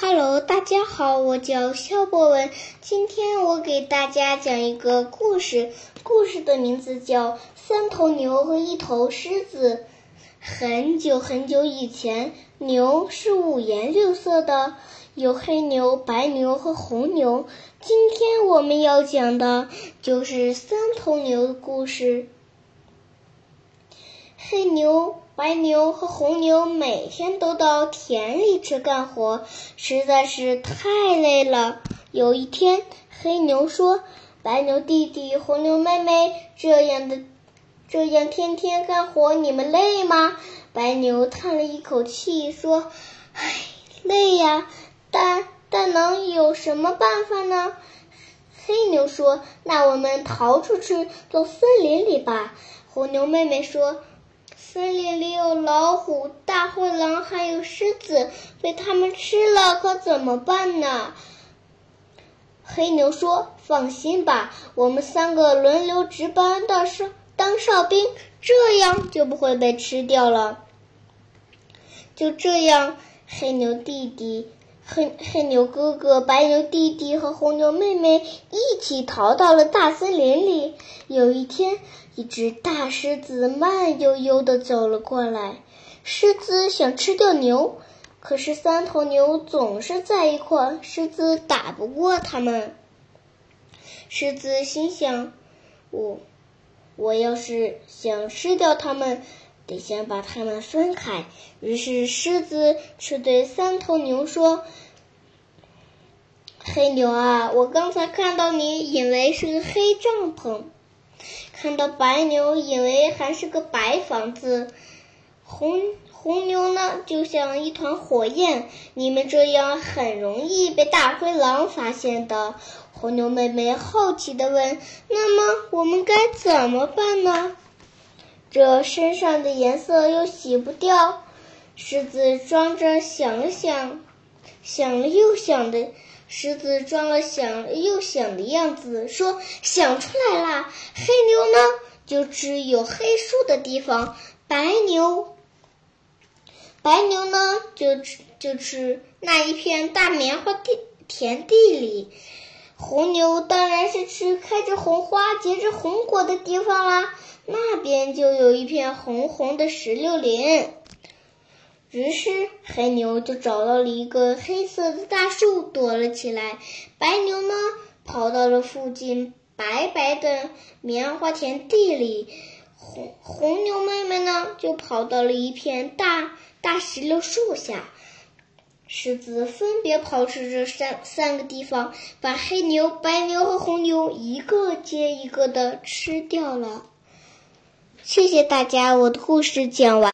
Hello， 大家好，我叫肖博文。今天我给大家讲一个故事，故事的名字叫《三头牛和一头狮子》。很久很久以前，牛是五颜六色的，有黑牛、白牛和红牛。今天我们要讲的就是三头牛的故事。黑牛、白牛和红牛每天都到田里去干活，实在是太累了。有一天，黑牛说：“白牛弟弟、红牛妹妹，这样天天干活，你们累吗？”白牛叹了一口气说：“唉，累呀，但能有什么办法呢？”黑牛说：“那我们逃出去，到森林里吧。”红牛妹妹说：“森林里有老虎、大灰狼还有狮子，被它们吃了可怎么办呢？”黑牛说：“放心吧，我们三个轮流值班当哨兵，这样就不会被吃掉了。”就这样，黑牛哥哥、白牛弟弟和红牛妹妹一起逃到了大森林里。有一天，一只大狮子慢悠悠地走了过来。狮子想吃掉牛，可是三头牛总是在一块，狮子打不过它们。狮子心想，我要是想吃掉它们，得先把它们分开。于是狮子却对三头牛说：“黑牛啊，我刚才看到你以为是个黑帐篷，看到白牛以为还是个白房子，红牛呢就像一团火焰，你们这样很容易被大灰狼发现的。”红牛妹妹好奇地问：“那么我们该怎么办呢？这身上的颜色又洗不掉。”狮子装着想了又想的样子，说：“想出来啦！黑牛呢，就吃有黑树的地方；白牛呢，就吃那一片大棉花田地里；红牛当然是吃开着红花、结着红果的地方啦，那边就有一片红红的石榴林。”于是黑牛就找到了一个黑色的大树躲了起来，白牛呢跑到了附近白白的棉花田地里，红牛妹妹呢就跑到了一片大石榴树下。狮子分别跑去这三个地方，把黑牛、白牛和红牛一个接一个的吃掉了。谢谢大家，我的故事讲完。